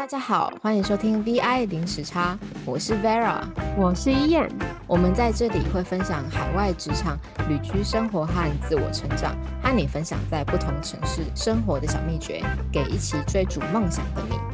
大家好，欢迎收听 VI 零时差，我是 Vera， 我是伊燕。 我们在这里会分享海外职场、旅居生活和自我成长，和你分享在不同城市生活的小秘诀，给一起追逐梦想的你。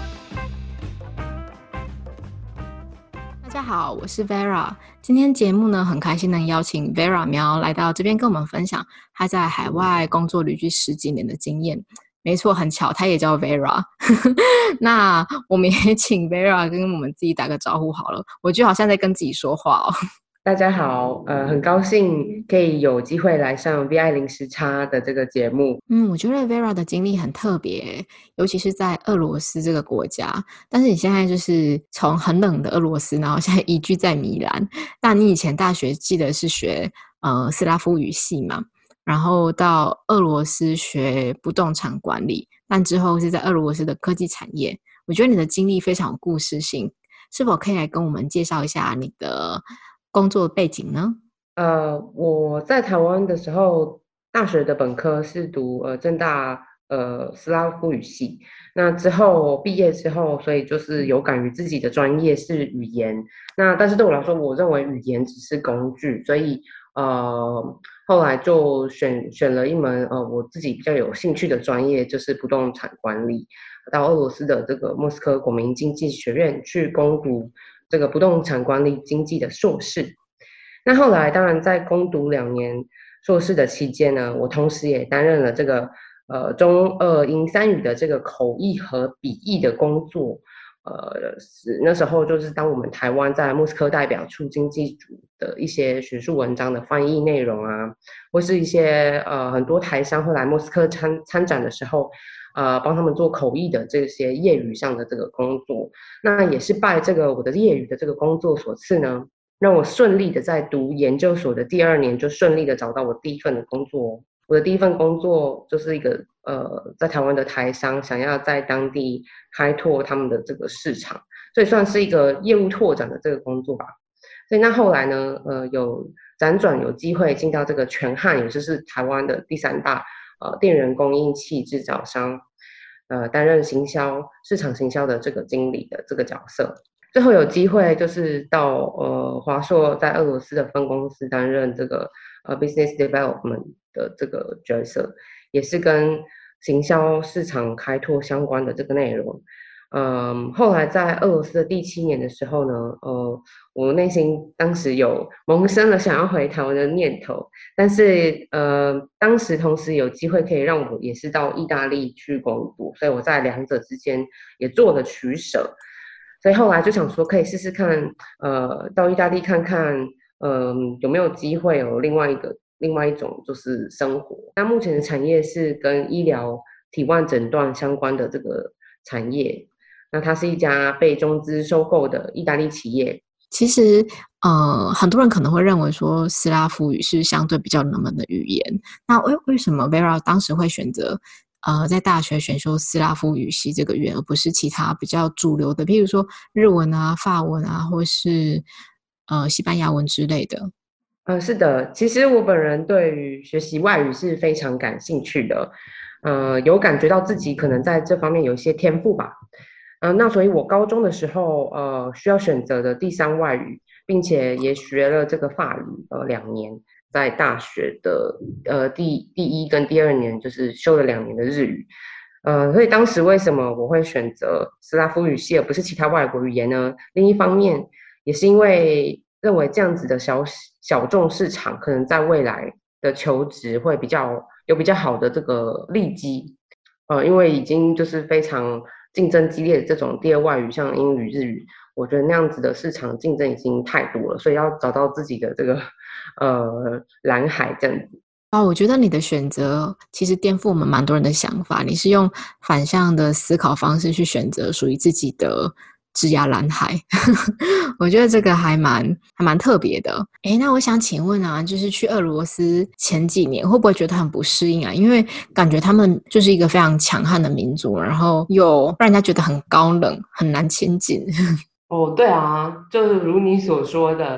大家好，我是 Vera。今天节目呢，很开心能邀请 Vera 苗来到这边跟我们分享她在海外工作旅居10几年的经验。没错，很巧，她也叫 Vera 那我们也请 Vera 跟我们自己打个招呼好了，我就好像在跟自己说话哦。 大家好，很高兴可以有机会来上 VI 零时差的这个节目。 我觉得 Vera 的经历很特别，尤其是在俄罗斯这个国家。但是你现在就是从很冷的俄罗斯，然后现在移居在米兰。那你以前大学记得是学斯拉夫语系嘛？然后到俄罗斯学不动产管理，但之后是在俄罗斯的科技产业。我觉得你的经历非常有故事性，是否可以来跟我们介绍一下你的工作背景呢？ 我在台湾的时候，大学的本科是读政大斯拉夫语系。那之后毕业之后，所以就是有感于自己的专业是语言。那但是对我来说，我认为语言只是工具，所以后来就选了一门我自己比较有兴趣的专业，就是不动产管理，到俄罗斯的这个莫斯科国民经济学院去攻读这个不动产管理经济的硕士。那后来当然在攻读2年硕士的期间呢，我同时也担任了这个中俄英3语的这个口译和笔译的工作。那时候就是当我们台湾在莫斯科代表处经济组的一些学术文章的翻译内容啊，或是一些很多台商会来莫斯科参展的时候，帮他们做口译的这些业余上的这个工作。那也是拜这个我的业余的这个工作所赐呢，让我顺利的在读研究所的第2年就顺利的找到我第一份的工作。我的第一份工作就是一个在台湾的台商想要在当地开拓他们的这个市场，所以算是一个业务拓展的这个工作吧。所以那后来呢，有辗转有机会进到这个全汉，也就是台湾的第3大电源供应器制造商，担任市场行销的这个经理的这个角色。最后有机会就是到华硕在俄罗斯的分公司担任这个business development 的这个角色，也是跟行销市场开拓相关的这个内容。后来在俄罗斯的第7年的时候呢，我内心当时有萌生了想要回台湾的念头，但是当时同时有机会可以让我也是到意大利去攻读，所以我在2者之间也做了取舍。所以后来就想说可以试试看，到意大利看看，有没有机会有另外一种就是生活。那目前的产业是跟医疗体外诊断相关的这个产业，那它是一家被中资收购的意大利企业。 其实很多人可能会认为说斯拉夫语是相对比较冷门的语言，那为什么 Vera 当时会选择在大学选修斯拉夫语系这个语言，而不是其他比较主流的，譬如说日文啊、法文啊，或是西班牙文之类的？ 是的，其实我本人对于学习外语是非常感兴趣的，有感觉到自己可能在这方面有一些天赋吧。那所以我高中的时候需要选择的第3外语，并且也学了这个法语2年，在大学的第1跟第2年就是修了2年的日语。所以当时为什么我会选择斯拉夫语系而不是其他外国语言呢？另一方面也是因为认为这样子的小众市场可能在未来的求职会有比较好的这个利基。因为已经就是非常竞争激烈的这种第2外语，像英语、日语，我觉得那样子的市场竞争已经太多了，所以要找到自己的这个蓝海这样子。 我觉得你的选择其实颠覆我们蛮多人的想法，你是用反向的思考方式去选择属于自己的职涯蓝海我觉得这个还蛮特别的。那我想请问啊，就是去俄罗斯前几年会不会觉得很不适应啊？因为感觉他们就是一个非常强悍的民族，然后又让人家觉得很高冷，很难亲近对啊，就是如你所说的，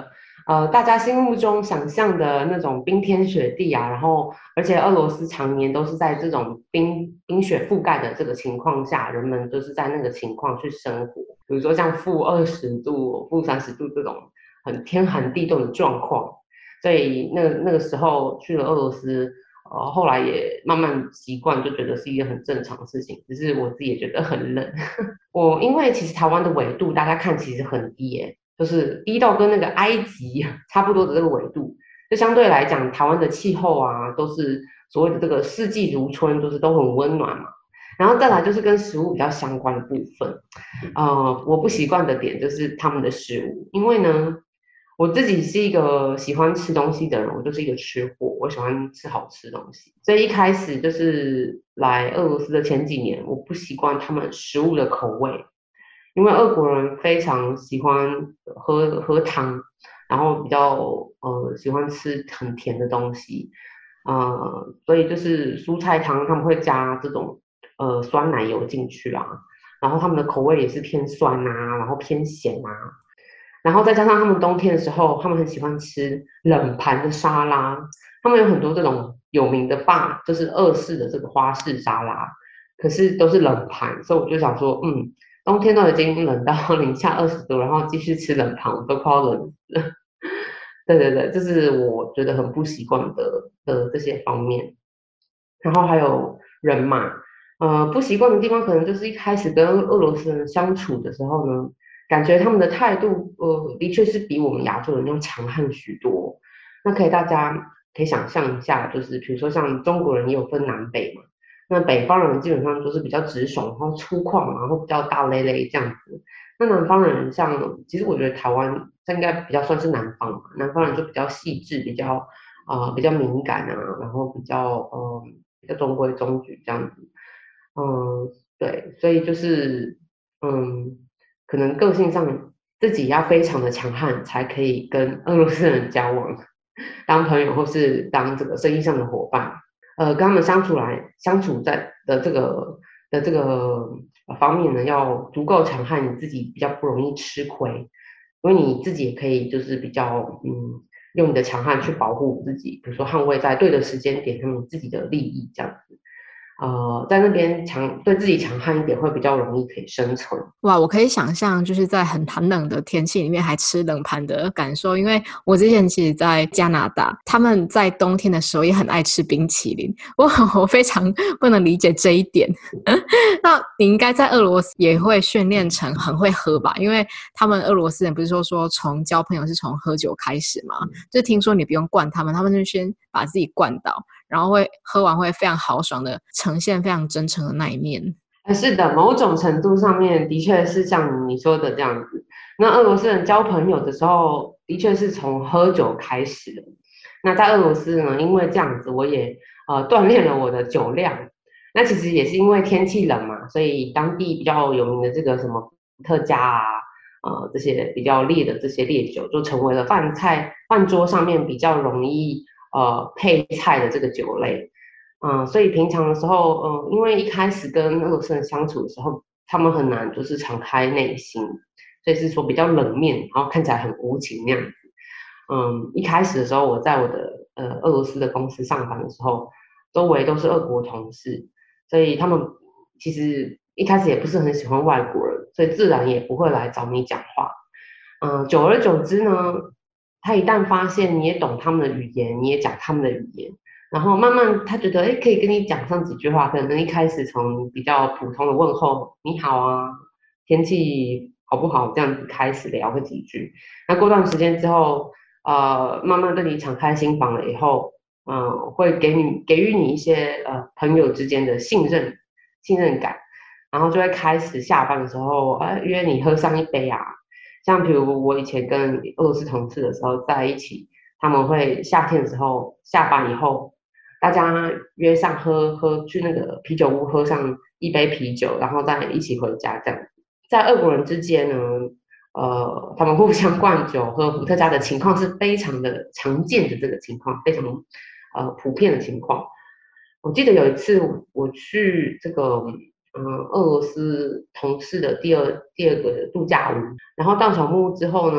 大家心目中想象的那种冰天雪地啊，然后而且俄罗斯常年都是在这种冰雪覆盖的这个情况下，人们就是在那个情况去生活，比如说像-20度、-30度这种很天寒地冻的状况，所以那个时候去了俄罗斯。后来也慢慢习惯，就觉得是一个很正常的事情。只是我自己也觉得很冷。因为其实台湾的纬度大家看其实很低耶，就是低到跟那个埃及差不多的这个纬度，就相对来讲，台湾的气候啊都是所谓的这个四季如春，就是都很温暖嘛。然后再来就是跟食物比较相关的部分，我不习惯的点就是他们的食物，因为呢，我自己是一个喜欢吃东西的人，我就是一个吃货，我喜欢吃好吃的东西。所以一开始就是来俄罗斯的前几年，我不习惯他们食物的口味，因为俄国人非常喜欢喝汤，然后比较喜欢吃很甜的东西，所以就是蔬菜汤他们会加这种酸奶油进去啊，然后他们的口味也是偏酸啊，然后偏咸啊。然后再加上他们冬天的时候，他们很喜欢吃冷盘的沙拉，他们有很多这种有名的就是俄式的这个花式沙拉，可是都是冷盘，所以我就想说，冬天都已经冷到零下20度，然后继续吃冷盘，我都快要冷死了。对对对，这是我觉得很不习惯的这些方面。然后还有人嘛，不习惯的地方可能就是一开始跟俄罗斯人相处的时候呢，感觉他们的态度，的确是比我们亚洲人要强悍许多。那大家可以想象一下，就是比如说像中国人也有分南北嘛，那北方人基本上都是比较直爽，然后粗犷，然后比较大咧咧这样子。那南方人像，其实我觉得台湾这应该比较算是南方嘛，南方人就比较细致，比较敏感啊，然后比较中规中矩这样子。对，所以就是嗯，可能个性上自己要非常的强悍，才可以跟俄罗斯人交往，当朋友或是当这个生意上的伙伴。跟他们相处在的这个方面呢，要足够强悍，你自己比较不容易吃亏，因为你自己也可以就是比较用你的强悍去保护自己，比如说捍卫在对的时间点他们自己的利益这样子。在那边对自己强悍一点，会比较容易可以生存。 哇，我可以想象就是在很冷的天气里面还吃冷盘的感受，因为我之前其实在加拿大，他们在冬天的时候也很爱吃冰淇淋，我非常不能理解这一点。那你应该在俄罗斯也会训练成很会喝吧？因为他们俄罗斯人不是说从交朋友是从喝酒开始吗？就听说你不用灌他们，他们就先把自己灌倒，然后会喝完会非常豪爽的呈现非常真诚的那一面。 是的，某种程度上面的确是像你说的这样子。那俄罗斯人交朋友的时候，的确是从喝酒开始的。那在俄罗斯呢，因为这样子，我也锻炼了我的酒量。那其实也是因为天气冷嘛，所以当地比较有名的这个什么伏特加啊，这些比较烈的这些烈酒，就成为了饭桌上面比较容易配菜的这个酒类。所以平常的时候，因为一开始跟俄罗斯人相处的时候，他们很难就是敞开内心，所以是说比较冷面，然后看起来很无情那样子。一开始的时候，我在我的俄罗斯的公司上班的时候，周围都是俄国同事，所以他们其实一开始也不是很喜欢外国人，所以自然也不会来找你讲话。久而久之呢，他一旦发现你也懂他们的语言，你也讲他们的语言。然后慢慢他觉得，哎，可以跟你讲上几句话，可能一开始从比较普通的问候，你好啊，天气好不好，这样子开始聊个几句。那过段时间之后，慢慢对你敞开心房了以后，会给予你一些朋友之间的信任感，然后就会开始下班的时候，约你喝上一杯啊。像比如我以前跟俄罗斯同事的时候在一起，他们会夏天的时候下班以后。大家约上去那个啤酒屋喝上一杯啤酒，然后再一起回家这样。在俄国人之间呢，他们互相灌酒喝伏特加的情况是非常的常见的这个情况，非常普遍的情况。我记得有一次我去这个俄罗斯同事的第二个度假屋，然后到小木屋之后呢，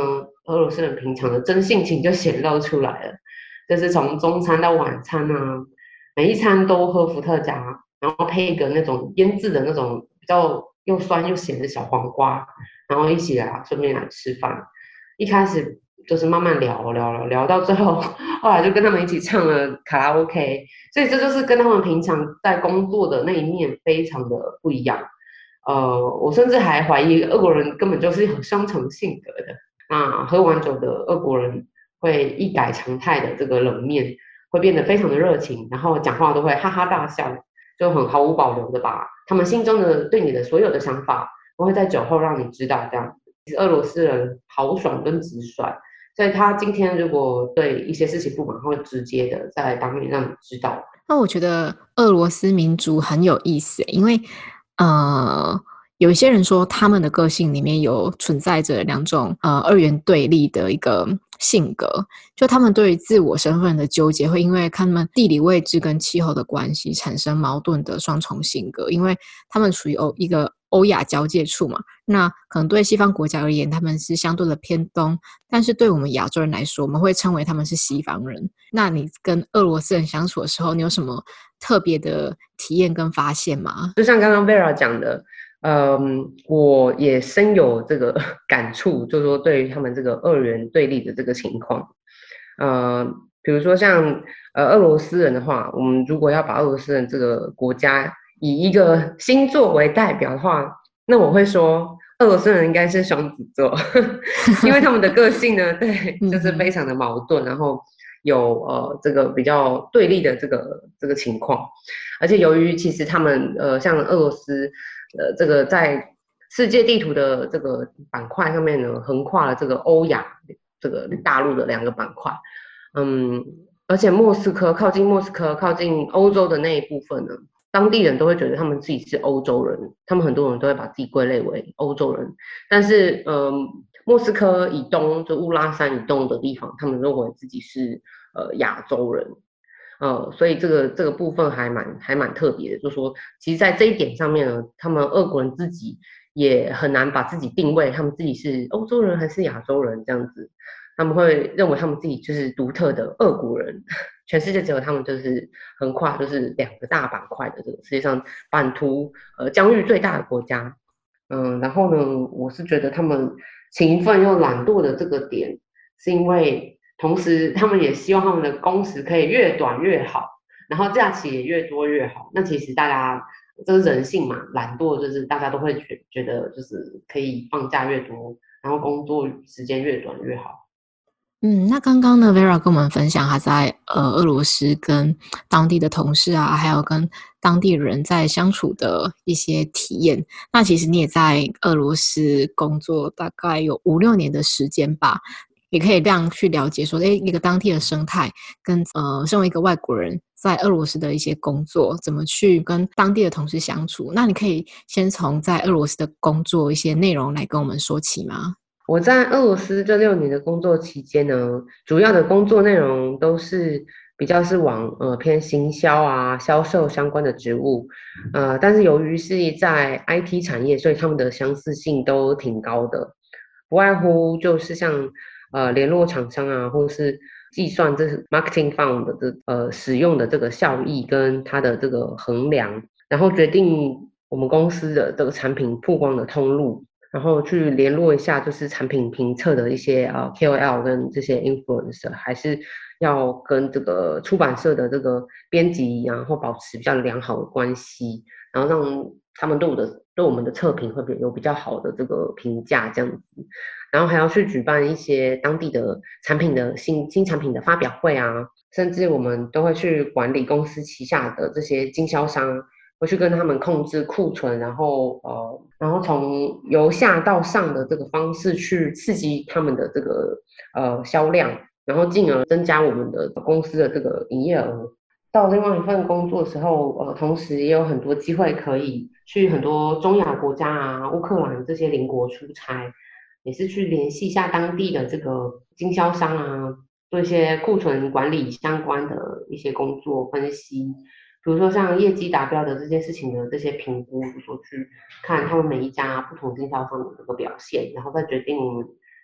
俄罗斯人平常的真性情就显露出来了，就是从中餐到晚餐啊，每一餐都喝伏特加，然后配一个那种腌制的那种比较又酸又咸的小黄瓜，然后一起来顺便来吃饭。一开始就是慢慢聊到最后，后来就跟他们一起唱了卡拉 OK，所以这就是跟他们平常在工作的那一面非常的不一样。我甚至还怀疑俄国人根本就是有双重性格的。那喝完酒的俄国人会一改常态的这个冷面，会变得非常的热情，然后讲话都会哈哈大笑，就很毫无保留的把他们心中的对你的所有的想法，都会在酒后让你知道这样。其实俄罗斯人豪爽跟直率，所以他今天如果对一些事情不满，会直接的在当面让你知道。 那我觉得俄罗斯民族很有意思，因为呃，有一些人说他们的个性里面有存在着两种二元对立的一个性格，就他们对于自我身份的纠结，会因为他们地理位置跟气候的关系产生矛盾的双重性格，因为他们处于一个欧亚交界处嘛。那可能对西方国家而言，他们是相对的偏东，但是对我们亚洲人来说，我们会称为他们是西方人。那你跟俄罗斯人相处的时候，你有什么特别的体验跟发现吗？ 就像刚刚 Vera 讲的，我也深有这个感触，就是说对于他们这个二元对立的这个情况，呃，比如说像俄罗斯人的话，我们如果要把俄罗斯人这个国家以一个星座为代表的话，那我会说俄罗斯人应该是双子座，因为他们的个性呢，对，就是非常的矛盾，然后有这个比较对立的这个情况。而且由于其实他们像俄罗斯这个在世界地图的这个板块上面呢，横跨了这个欧亚这个大陆的两个板块，而且靠近莫斯科靠近欧洲的那一部分呢，当地人都会觉得他们自己是欧洲人，他们很多人都会把自己归类为欧洲人，但是莫斯科以东就乌拉山以东的地方，他们认为自己是亚洲人。所以这个部分还蛮特别的，就是说，其实，在这一点上面呢，他们俄国人自己也很难把自己定位，他们自己是欧洲人还是亚洲人这样子，他们会认为他们自己就是独特的俄国人，全世界只有他们就是横跨就是两个大板块的这个世界上版图疆域最大的国家，然后呢，我是觉得他们勤奋又懒惰的这个点，是因为同时他们也希望他们的工时可以越短越好，然后假期也越多越好。那其实大家这是人性嘛，懒惰就是大家都会觉得就是可以放假越多，然后工作时间越短越好。 那刚刚呢，Vera 跟我们分享他在俄罗斯跟当地的同事啊，还有跟当地人在相处的一些体验。那其实你也在俄罗斯工作大概有5、6年的时间吧，也可以这样去了解说，一个当地的生态跟身为一个外国人在俄罗斯的一些工作，怎么去跟当地的同事相处。那你可以先从在俄罗斯的工作一些内容来跟我们说起吗？ 我在俄罗斯这6年的工作期间呢，主要的工作内容都是比较是往偏行销啊、销售相关的职务，但是由于是在 IT 产业，所以他们的相似性都挺高的，不外乎就是像联络厂商啊，或是计算这是 marketing fund 的使用的这个效益跟它的这个衡量，然后决定我们公司的这个产品曝光的通路。然后去联络一下，就是产品评测的一些KOL 跟这些 influencer，还是要跟这个出版社的这个编辑，然后保持比较良好的关系，然后让他们对我们的测评会有比较好的这个评价这样子，然后还要去举办一些当地的产品的新产品的发表会啊，甚至我们都会去管理公司旗下的这些经销商。会去跟他们控制库存，然后从由下到上的这个方式去刺激他们的这个销量，然后进而增加我们的公司的这个营业额。到另外一份工作的时候，同时也有很多机会可以去很多中亚国家啊、乌克兰这些邻国出差，也是去联系一下当地的这个经销商啊，做一些库存管理相关的一些工作分析。比如说像业绩达标的这件事情的这些评估，就说去看他们每一家不同经销商的这个表现，然后再决定我们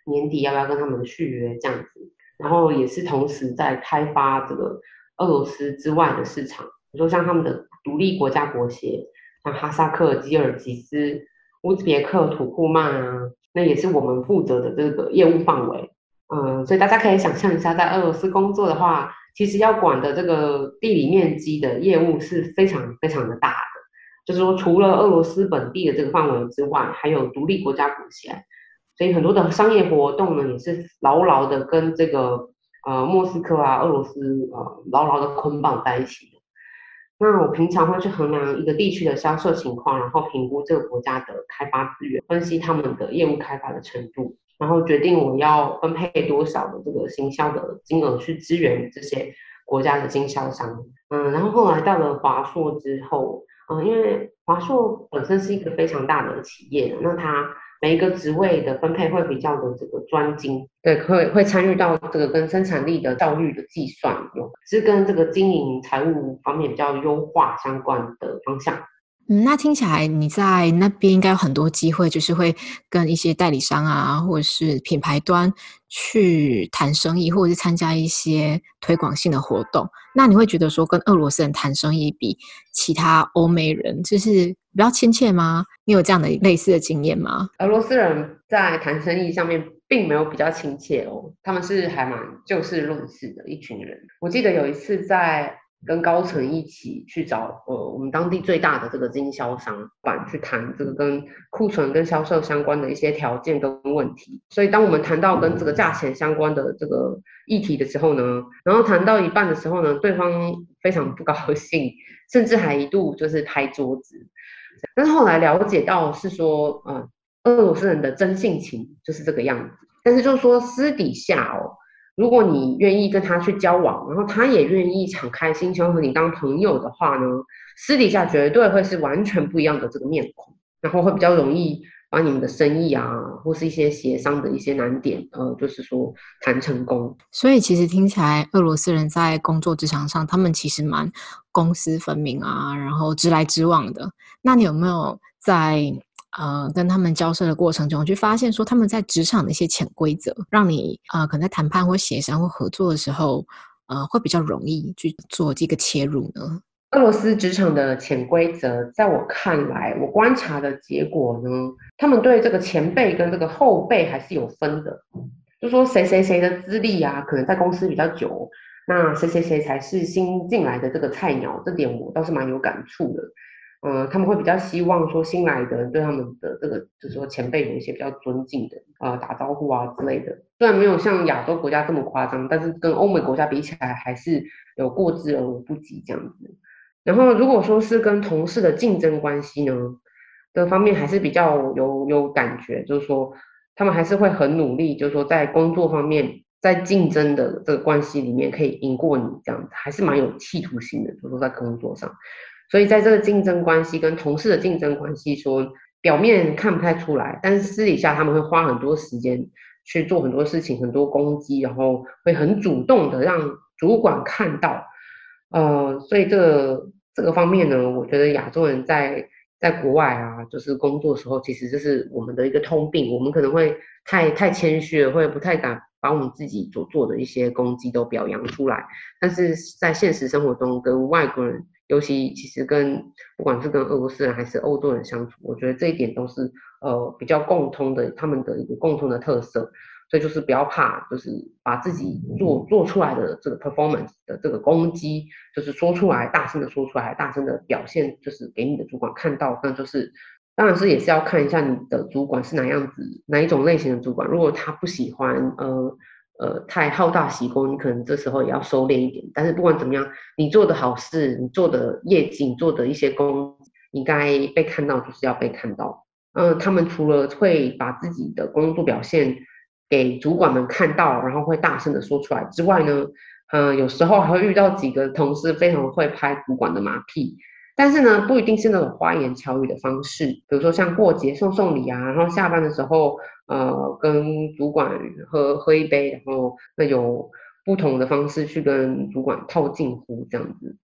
年底要不要跟他们续约这样子。然后也是同时在开发这个俄罗斯之外的市场，比如说像他们的独立国家国协，像哈萨克、吉尔吉斯、乌兹别克、土库曼啊，那也是我们负责的这个业务范围。所以大家可以想象一下，在俄罗斯工作的话，其实要管的这个地理面积的业务是非常非常的大的。就是说，除了俄罗斯本地的这个范围之外，还有独立国家国协，所以很多的商业活动呢，也是牢牢的跟这个莫斯科啊、俄罗斯牢牢的捆绑在一起的。那我平常会去衡量一个地区的销售情况，然后评估这个国家的开发资源，分析他们的业务开发的程度，然后决定我要分配多少的这个行销的金额去支援这些国家的经销商。然后后来到了华硕之后，因为华硕本身是一个非常大的企业，那它每一个职位的分配会比较的这个专精，对，会参与到这个跟生产力的效率的计算是跟这个经营财务方面比较优化相关的方向。 那听起来你在那边应该有很多机会，就是会跟一些代理商啊，或者是品牌端去谈生意，或者是参加一些推广性的活动。那你会觉得说跟俄罗斯人谈生意比其他欧美人就是比较亲切吗？你有这样的类似的经验吗？ 俄罗斯人在谈生意上面并没有比较亲切哦，他们是还蛮就事论事的一群人。我记得有一次在跟高层一起去找我们当地最大的这个经销商馆去谈这个跟库存跟销售相关的一些条件跟问题。所以当我们谈到跟这个价钱相关的这个议题的时候呢，然后谈到一半的时候呢，对方非常不高兴，甚至还一度就是拍桌子。但是后来了解到是说，俄罗斯人的真性情就是这个样子。但是就是说私底下哦，如果你愿意跟他去交往，然后他也愿意敞开心胸和你当朋友的话呢，私底下绝对会是完全不一样的这个面孔，然后会比较容易把你们的生意啊，或是一些协商的一些难点，就是说谈成功。 所以其实听起来，俄罗斯人在工作职场上，他们其实蛮公私分明啊，然后直来直往的。那你有没有在跟他们交涉的过程中，去发现说他们在职场的一些潜规则，让你可能在谈判或协商或合作的时候，会比较容易去做这个切入呢？ 俄罗斯职场的潜规则，在我看来，我观察的结果呢，他们对这个前辈跟这个后辈还是有分的。就说谁谁谁的资历啊，可能在公司比较久，那谁谁谁才是新进来的这个菜鸟，这点我倒是蛮有感触的。他们会比较希望说新来的人对他们的这个，就是说前辈有一些比较尊敬的打招呼啊之类的。虽然没有像亚洲国家这么夸张，但是跟欧美国家比起来，还是有过之而无不及这样子。然后如果说是跟同事的竞争关系呢，的方面还是比较有感觉，就是说他们还是会很努力，就是说在工作方面，在竞争的这个关系里面可以赢过你这样子，还是蛮有企图心的，就是说在工作上。所以在这个竞争关系跟同事的竞争关系说，表面看不太出来，但是私底下他们会花很多时间去做很多事情，很多攻击，然后会很主动的让主管看到。所以这个方面呢，我觉得亚洲人在国外啊，就是工作的时候，其实这是我们的一个通病。我们可能会太谦虚了，会不太敢把我们自己所做的一些功绩都表扬出来。但是在现实生活中，跟外国人，尤其其实不管是跟俄罗斯人还是欧洲人相处，我觉得这一点都是比较共通的，他们的一个共同的特色。所以就是不要怕，就是把自己做出来的这个 performance 的这个攻击，就是说出来，大声的说出来，大声的表现，就是给你的主管看到。那就是当然是也是要看一下你的主管是哪样子，哪一种类型的主管。如果他不喜欢太好大喜功，你可能这时候也要收敛一点。但是不管怎么样，你做的好事，你做的业绩，你做的一些功，应该被看到，就是要被看到。他们除了会把自己的工作表现给主管们看到，然后会大声的说出来之外呢，有时候还会遇到几个同事非常会拍主管的马屁，但是呢，不一定是那种花言巧语的方式，比如说像过节送礼啊，然后下班的时候，跟主管喝一杯，然后那有不同的方式去跟主管套近乎这样子。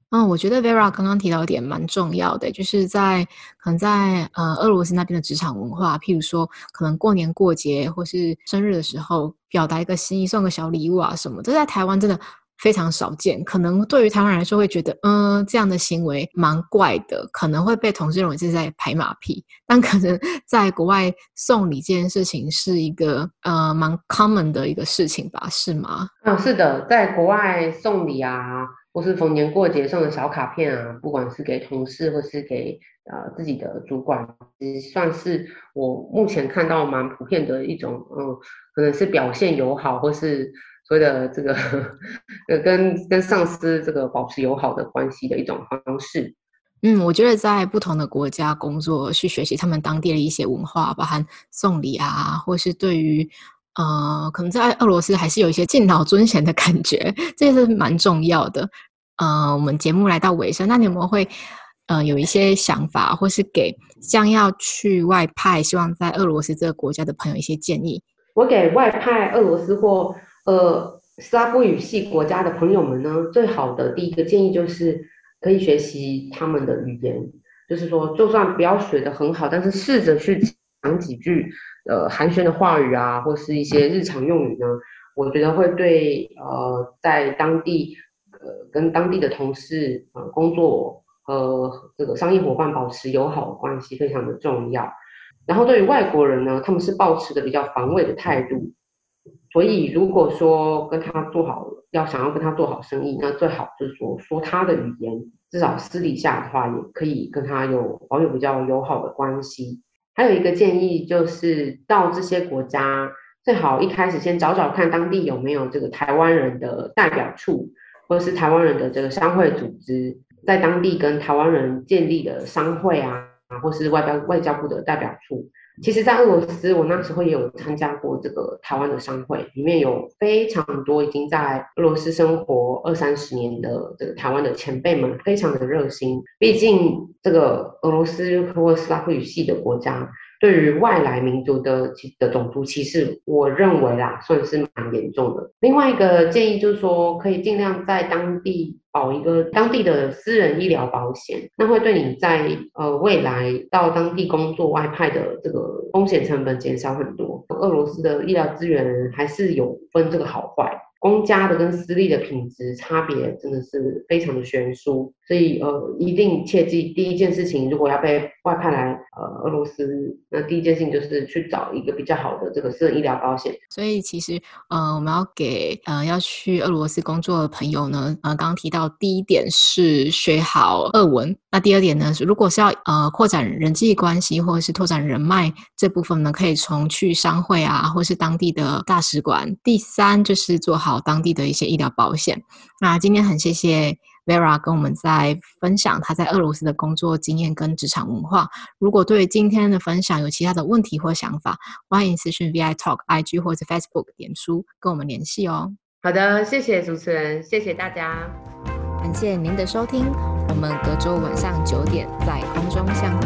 我觉得 Vera 刚刚提到一点蛮重要的，就是可能在俄罗斯那边的职场文化，譬如说可能过年过节或是生日的时候，表达一个心意，送个小礼物啊什么，这在台湾真的非常少见。可能对于台湾人来说会觉得，这样的行为蛮怪的，可能会被同事认为是在拍马屁。但可能在国外送礼这件事情是一个蛮 common 的一个事情吧，是吗？ 是的，在国外送礼啊，或是逢年过节送的小卡片啊，不管是给同事或是给自己的主管，其实算是我目前看到蛮普遍的一种，可能是表现友好，或是所谓的这个跟上司这个保持友好的关系的一种方式。 我觉得在不同的国家工作，去学习他们当地的一些文化，包含送礼啊，或是对于可能在俄罗斯还是有一些敬老尊贤的感觉，这也是蛮重要的。我们节目来到尾声，那你有没有会有一些想法，或是给将要去外派，希望在俄罗斯这个国家的朋友一些建议？ 我给外派俄罗斯或斯拉夫语系国家的朋友们呢，最好的第一个建议就是可以学习他们的语言，就是说，就算不要学得很好，但是试着去讲几句寒暄的话语啊，或是一些日常用语呢，我觉得会对在当地跟当地的同事工作和这个商业伙伴保持友好的关系非常的重要。然后对于外国人呢，他们是抱持的比较防卫的态度，所以如果说跟他做好，想要跟他做好生意，那最好就是说他的语言，至少私底下的话也可以跟他保有比较友好的关系。还有一个建议就是到这些国家，最好一开始先找找看当地有没有这个台湾人的代表处，或者是台湾人的这个商会组织，在当地跟台湾人建立的商会啊，或是外交部的代表处。其实，在俄罗斯，我那时候也有参加过这个台湾的商会，里面有非常多已经在俄罗斯生活20-30年的这个台湾的前辈们，非常的热心。毕竟，这个俄罗斯或斯拉夫语系的国家，对于外来民族的种族歧视，我认为啦，算是蛮严重的。另外一个建议就是说，可以尽量在当地保一个当地的私人医疗保险，那会对你在未来到当地工作外派的这个风险成本减少很多。俄罗斯的医疗资源还是有分这个好坏，公家的跟私立的品质差别真的是非常的悬殊，所以一定切记第一件事情，如果要被外派来俄罗斯，那第一件事情就是去找一个比较好的这个私人医疗保险。 所以其实我们要给要去俄罗斯工作的朋友呢，刚刚提到第一点是学好俄文，那第二点呢是如果是要扩展人际关系或者是拓展人脉这部分呢，可以从去商会啊，或是当地的大使馆。第三就是做好当地的一些医疗保险。那今天很谢谢 Vera 跟我们在分享她在俄罗斯的工作经验跟职场文化。如果对今天的分享有其他的问题或想法，欢迎私讯 VI Talk IG 或者 Facebook 点出跟我们联系哦。 好的，谢谢主持人，谢谢大家， 感谢您的收听，我们隔周晚上9点在空中相会。